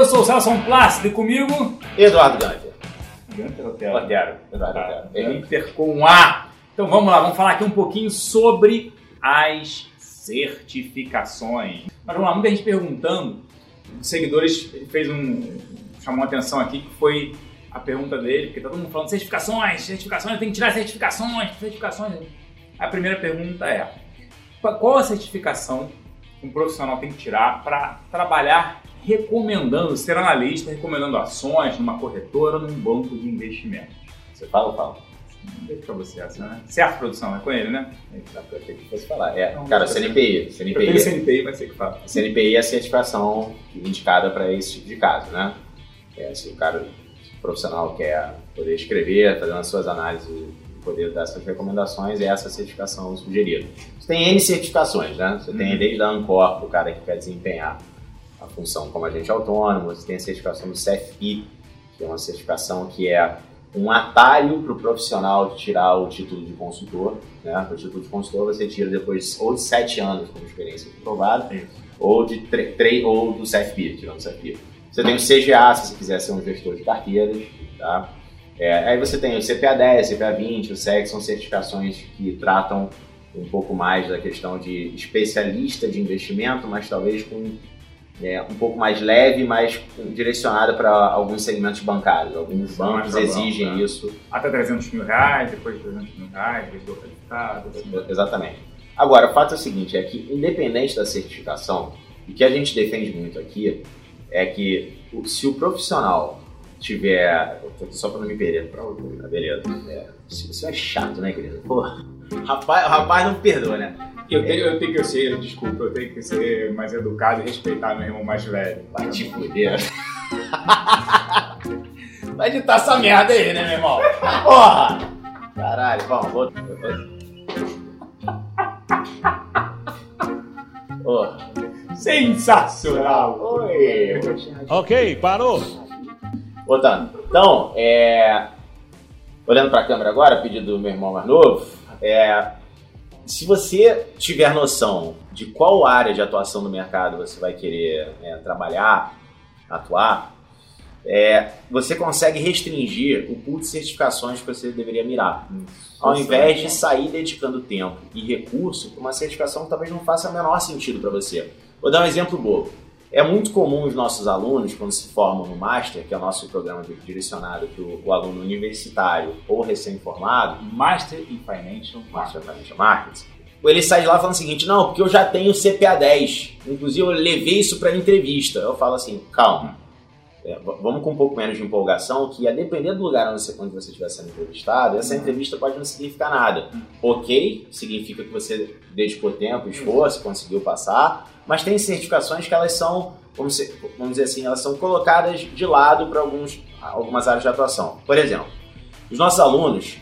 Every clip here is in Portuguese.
Eu sou o Celso Plácido e comigo... Eduardo Ganter. Otero. Eduardo Ganter com um A. Então vamos lá, vamos falar aqui um pouquinho sobre as certificações. Mas vamos lá, muita gente perguntando, os seguidores, ele fez chamou a atenção aqui, que foi a pergunta dele, porque tá todo mundo falando certificações, tem que tirar certificações. A primeira pergunta é, qual a certificação que um profissional tem que tirar para trabalhar recomendando, ser analista, recomendando ações numa corretora, num banco de investimentos? Você fala ou fala? Deixa pra você essa, né? Certo, produção, é com ele, né? Eu achei que fosse falar. Não, cara, CNPI. Eu tenho CNPI, vai ser que fala. CNPI é a certificação indicada para esse tipo de caso, né? Se o profissional quer poder escrever, fazendo as suas análises e poder dar essas recomendações, é essa certificação sugerida. Você tem N certificações, né? Você tem desde a ANCOR, o cara que quer desempenhar a função como agente autônomo, você tem a certificação do CFP, que é uma certificação que é um atalho para o profissional de tirar o título de consultor, né? O título de consultor você tira depois ou de 7 anos como experiência comprovada, ou do CFP, tirando o CFP. Você tem o CGA, se você quiser ser um gestor de carteiras, tá? Aí você tem o CPA 10, CPA 20, o SEC, são certificações que tratam um pouco mais da questão de especialista de investimento, mas talvez com um pouco mais leve, mas direcionada para alguns segmentos bancários. Alguns bancos exigem isso. Até R$300 mil, depois de R$300 mil, gestor qualificado. Assim. Exatamente. Agora, o fato é o seguinte, é que independente da certificação, o que a gente defende muito aqui é que se o profissional tiver... Só para não me perder para outra, beleza. Isso é chato, né, querido? Porra, rapaz não perdoa, né? Eu tenho que ser mais educado e respeitar meu irmão mais velho. Vai te fuder. Vai editar essa merda aí, né, meu irmão? Porra! Caralho, vamos. Sensacional! Oi! Ok, parou! Voltando. Então, olhando para a câmera agora, pedido do meu irmão mais novo, se você tiver noção de qual área de atuação no mercado você vai querer trabalhar, atuar, você consegue restringir o pool de certificações que você deveria mirar. Ao invés de sair dedicando tempo e recurso para uma certificação que talvez não faça o menor sentido para você. Vou dar um exemplo bobo. É muito comum os nossos alunos, quando se formam no Master, que é o nosso programa direcionado para o aluno universitário ou recém-formado, Master in Financial Markets, ele sai de lá falando o seguinte, não, porque eu já tenho CPA 10, inclusive eu levei isso para entrevista. Eu falo assim, calma, vamos com um pouco menos de empolgação, que a depender do lugar onde você estiver sendo entrevistado, essa entrevista pode não significar nada. Ok, significa que você dedicou tempo, esforço, conseguiu passar, mas tem certificações que elas são, vamos dizer assim, elas são colocadas de lado para algumas áreas de atuação. Por exemplo, os nossos alunos,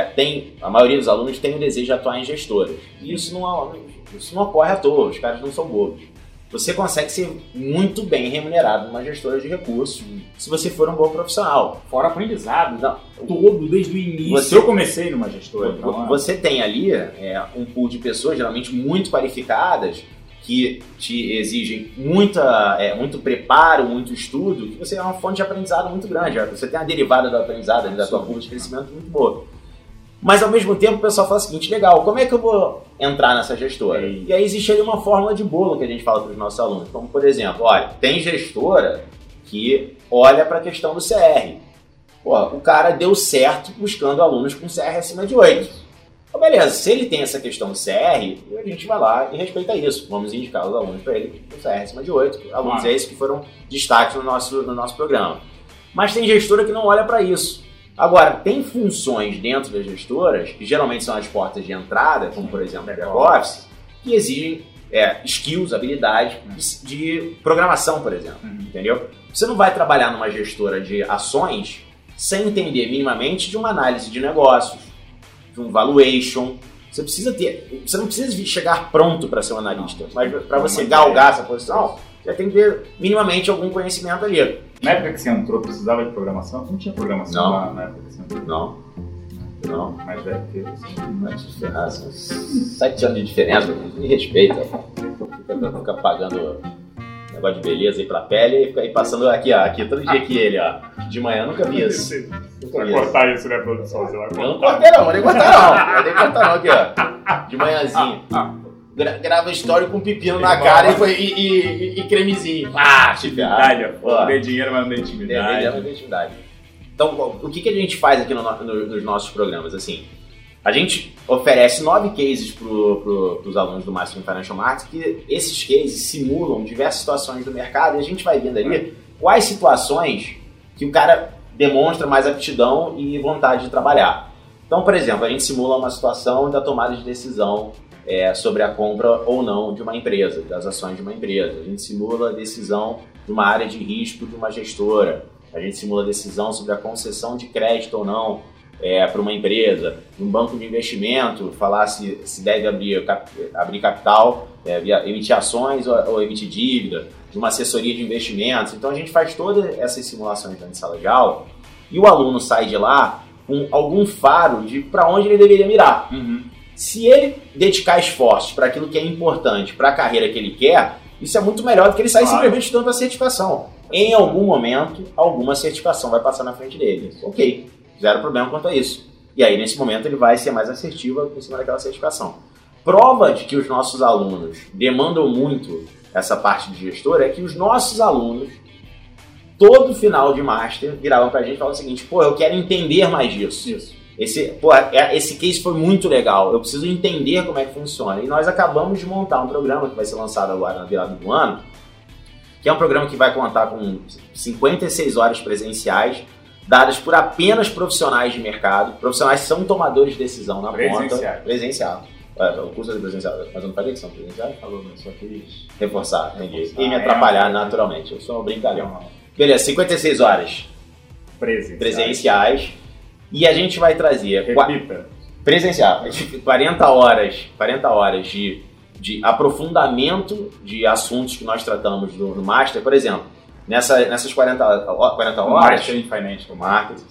a maioria dos alunos tem o desejo de atuar em gestoras. E isso não ocorre à toa, os caras não são bobos. Você consegue ser muito bem remunerado numa gestora de recursos se você for um bom profissional. Fora aprendizado, todo desde o início. Eu comecei numa gestora. Você tem ali um pool de pessoas, geralmente muito qualificadas, que te exigem muito preparo, muito estudo, que você é uma fonte de aprendizado muito grande. Você tem uma derivada do aprendizado, da tua curva de crescimento muito boa. Mas ao mesmo tempo o pessoal fala o seguinte, legal, como é que eu vou entrar nessa gestora? E aí existe ali uma fórmula de bolo que a gente fala para os nossos alunos. Como, por exemplo, olha, tem gestora que olha para a questão do CR. O cara deu certo buscando alunos com CR acima de 8. Então, beleza, se ele tem essa questão do CR, a gente vai lá e respeita isso. Vamos indicar os alunos para ele com CR acima de 8. Alunos esses que foram destaques no nosso programa. Mas tem gestora que não olha para isso. Agora, tem funções dentro das gestoras, que geralmente são as portas de entrada, como por exemplo a back-office, que exigem skills, habilidades de programação, por exemplo, entendeu? Você não vai trabalhar numa gestora de ações sem entender minimamente de uma análise de negócios, de um valuation. Você não precisa chegar pronto para ser um analista, mas para você galgar essa posição, você tem que ter minimamente algum conhecimento ali. Na época que você entrou, precisava de programação? Não tinha programação na época que você entrou? Não. Mas deve ter. Vai te ferrar, 7 anos de diferença, me respeita. Fica pagando negócio de beleza aí pra pele e fica aí passando aqui, ó, aqui todo dia aqui ele, ó, de manhã, nunca vi isso. Vai cortar isso, né, produção? Você vai cortar. Eu não cortei não, vou nem cortar não, aqui, ó, de manhãzinho. Grava história com pepino na cara e cremezinho. Intimidade, pô. Dê dinheiro, mas não dê intimidade. Então, o que a gente faz aqui nos nossos programas? Assim, a gente oferece 9 cases para os alunos do Master in Financial Marketing, que esses cases simulam diversas situações do mercado e a gente vai vendo ali quais situações que o cara demonstra mais aptidão e vontade de trabalhar. Então, por exemplo, a gente simula uma situação da tomada de decisão sobre a compra ou não de uma empresa, das ações de uma empresa. A gente simula a decisão de uma área de risco de uma gestora. A gente simula a decisão sobre a concessão de crédito ou não para uma empresa, de um banco de investimento, falar se deve abrir capital, emitir ações ou emitir dívida, de uma assessoria de investimentos. Então a gente faz todas essas simulações dentro de sala de aula e o aluno sai de lá com algum faro de para onde ele deveria mirar. Se ele dedicar esforços para aquilo que é importante, para a carreira que ele quer, isso é muito melhor do que ele sair simplesmente estudando para certificação. Em algum momento, alguma certificação vai passar na frente dele. Ok, zero problema quanto a isso. E aí, nesse momento, ele vai ser mais assertivo em cima daquela certificação. Prova de que os nossos alunos demandam muito essa parte de gestor é que os nossos alunos, todo final de Master, viravam para a gente e falavam o seguinte: pô, eu quero entender mais disso. Esse case foi muito legal, eu preciso entender como é que funciona. E nós acabamos de montar um programa que vai ser lançado agora na virada do ano, que é um programa que vai contar com 56 horas presenciais, dadas por apenas profissionais de mercado, profissionais que são tomadores de decisão na ponta. Presencial. O curso é presencial, mas eu não falei que são presenciais? Falou, mas só quis reforçar, entendi. E me atrapalhar naturalmente, eu sou um brincalhão. Beleza, 56 horas presenciais. E a gente vai trazer presencial, 40 horas de aprofundamento de assuntos que nós tratamos no Master. Por exemplo, nessas 40 horas, Master in Financial Marketing,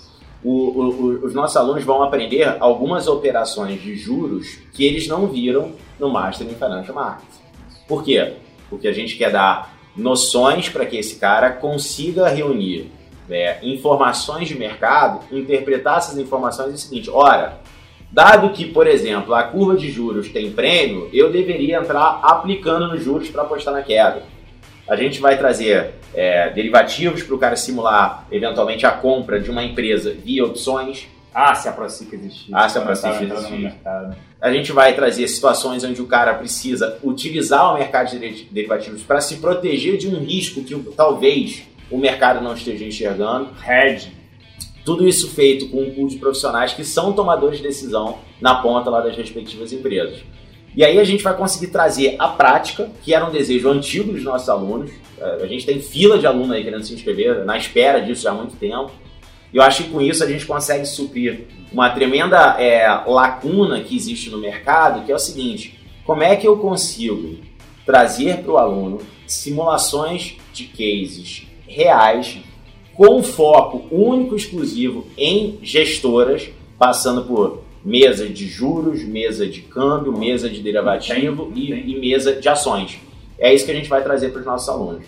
os nossos alunos vão aprender algumas operações de juros que eles não viram no Master in Financial Marketing. Por quê? Porque a gente quer dar noções para que esse cara consiga reunir informações de mercado, interpretar essas informações é o seguinte: ora, dado que, por exemplo, a curva de juros tem prêmio, eu deveria entrar aplicando nos juros para apostar na queda. A gente vai trazer derivativos para o cara simular, eventualmente, a compra de uma empresa via opções. Se a Procic existir. Se a Procic existir. A gente vai trazer situações onde o cara precisa utilizar o mercado de derivativos para se proteger de um risco que talvez o mercado não esteja enxergando. Hedge. Tudo isso feito com um pool de profissionais que são tomadores de decisão na ponta lá das respectivas empresas. E aí a gente vai conseguir trazer a prática, que era um desejo antigo dos nossos alunos. A gente tem fila de alunos aí querendo se inscrever, na espera disso já há muito tempo. E eu acho que com isso a gente consegue suprir uma tremenda lacuna que existe no mercado, que é o seguinte: como é que eu consigo trazer para o aluno simulações de cases reais, com foco único e exclusivo em gestoras, passando por mesa de juros, mesa de câmbio, mesa de derivativo e mesa de ações. É isso que a gente vai trazer para os nossos alunos.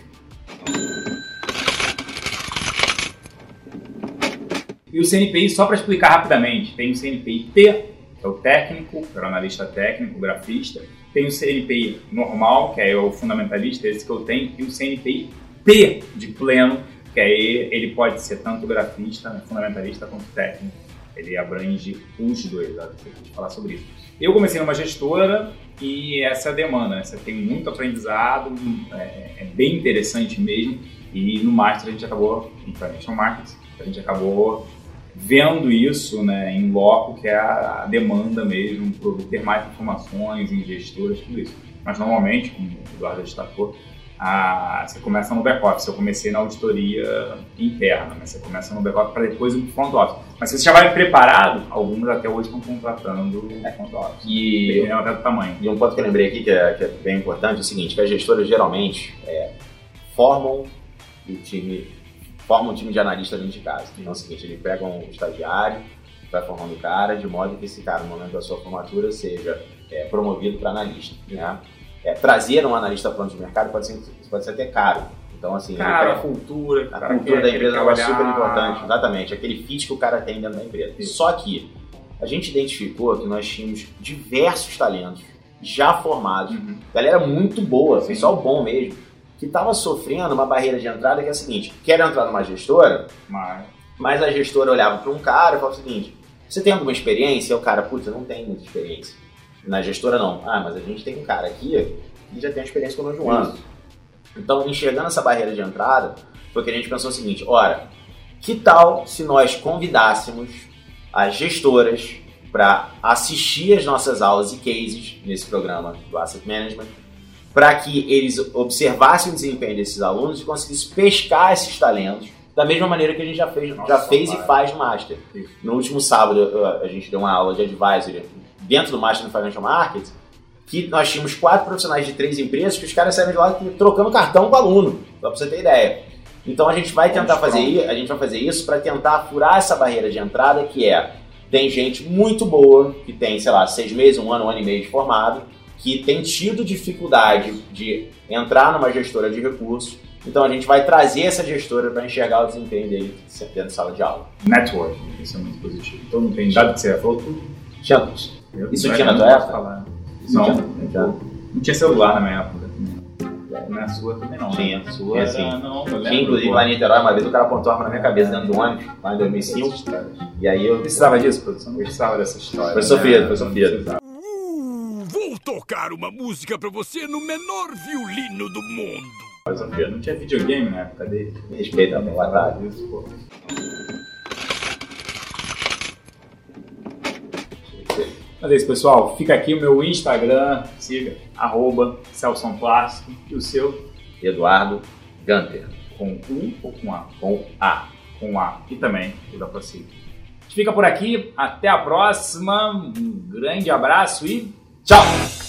E o CNPI, só para explicar rapidamente, tem o CNPI T, que é o técnico, que é o analista técnico, o grafista. Tem o CNPI normal, que é o fundamentalista, esse que eu tenho, e o CNPI P de pleno, que aí ele pode ser tanto grafista, fundamentalista, quanto técnico. Ele abrange os dois, eu quis falar sobre isso. Eu comecei numa gestora e essa é a demanda, né? Você tem muito aprendizado, é bem interessante mesmo, e no Master a gente acabou, em Financial Marketing, a gente acabou vendo isso, né, em loco, que é a demanda mesmo, por ter mais informações em gestoras, tudo isso. Mas normalmente, como o Eduardo destacou, você começa no back-office. Eu comecei na auditoria interna, mas você começa no back-office para depois ir para o front-office. Mas se você já vai preparado, alguns até hoje estão contratando o front-office. Dependendo até do tamanho. E um ponto que eu lembrei aqui que é bem importante é o seguinte: que as gestoras geralmente formam um time de analista dentro de casa. Então é o seguinte: eles pegam um estagiário, vai formando o cara, de modo que esse cara, no momento da sua formatura, seja promovido para analista, né? trazer um analista pronto de mercado pode ser até caro. Então, assim, cara, a cultura da empresa é super importante. Exatamente, aquele fit que o cara tem dentro da empresa. Isso. Só que a gente identificou que nós tínhamos diversos talentos já formados, galera muito boa, pessoal bom mesmo, que estava sofrendo uma barreira de entrada que é a seguinte: quero entrar numa gestora, mas a gestora olhava para um cara e falava o seguinte: você tem alguma experiência? E o cara, putz, eu não tenho muita experiência. Na gestora não. Mas a gente tem um cara aqui que já tem experiência com nós de um ano. Então, enxergando essa barreira de entrada, foi que a gente pensou o seguinte: ora, que tal se nós convidássemos as gestoras para assistir as nossas aulas e cases nesse programa do Asset Management, para que eles observassem o desempenho desses alunos e conseguissem pescar esses talentos da mesma maneira que a gente já fez e faz no Master. No último sábado, a gente deu uma aula de advisory dentro do Master no Financial Markets, que nós tínhamos 4 profissionais de 3 empresas que os caras saíram de lá trocando cartão com o aluno, só para você ter ideia. Então a gente vai tentar fazer isso para tentar furar essa barreira de entrada, que tem gente muito boa, que tem, sei lá, 6 meses, 1 ano, 1 ano e meio de formado, que tem tido dificuldade de entrar numa gestora de recursos. Então a gente vai trazer essa gestora para enxergar o desempenho dele dentro da sala de aula. Networking, isso é muito positivo. Então não tem dado que você falou tudo? Isso tinha na tua época? Não tinha celular na minha época. Na sua também não. Tinha. Na sua era, não, eu lembro. Inclusive lá em Niterói, uma vez o cara apontou arma na minha cabeça dentro do ônibus, lá em 2005. E aí eu precisava disso, produção. Eu precisava dessa história. Foi sofrido. Vou tocar uma música pra você no menor violino do mundo. Não tinha videogame na época dele. Respeita a vontade. Isso, pô. Mas é isso, pessoal. Fica aqui o meu Instagram. Siga, @CelsonPlástico. E o seu? Eduardo Gunter. Com U ou com A? Com A. Com A. E também, dá pra seguir. A gente fica por aqui. Até a próxima. Um grande abraço e tchau!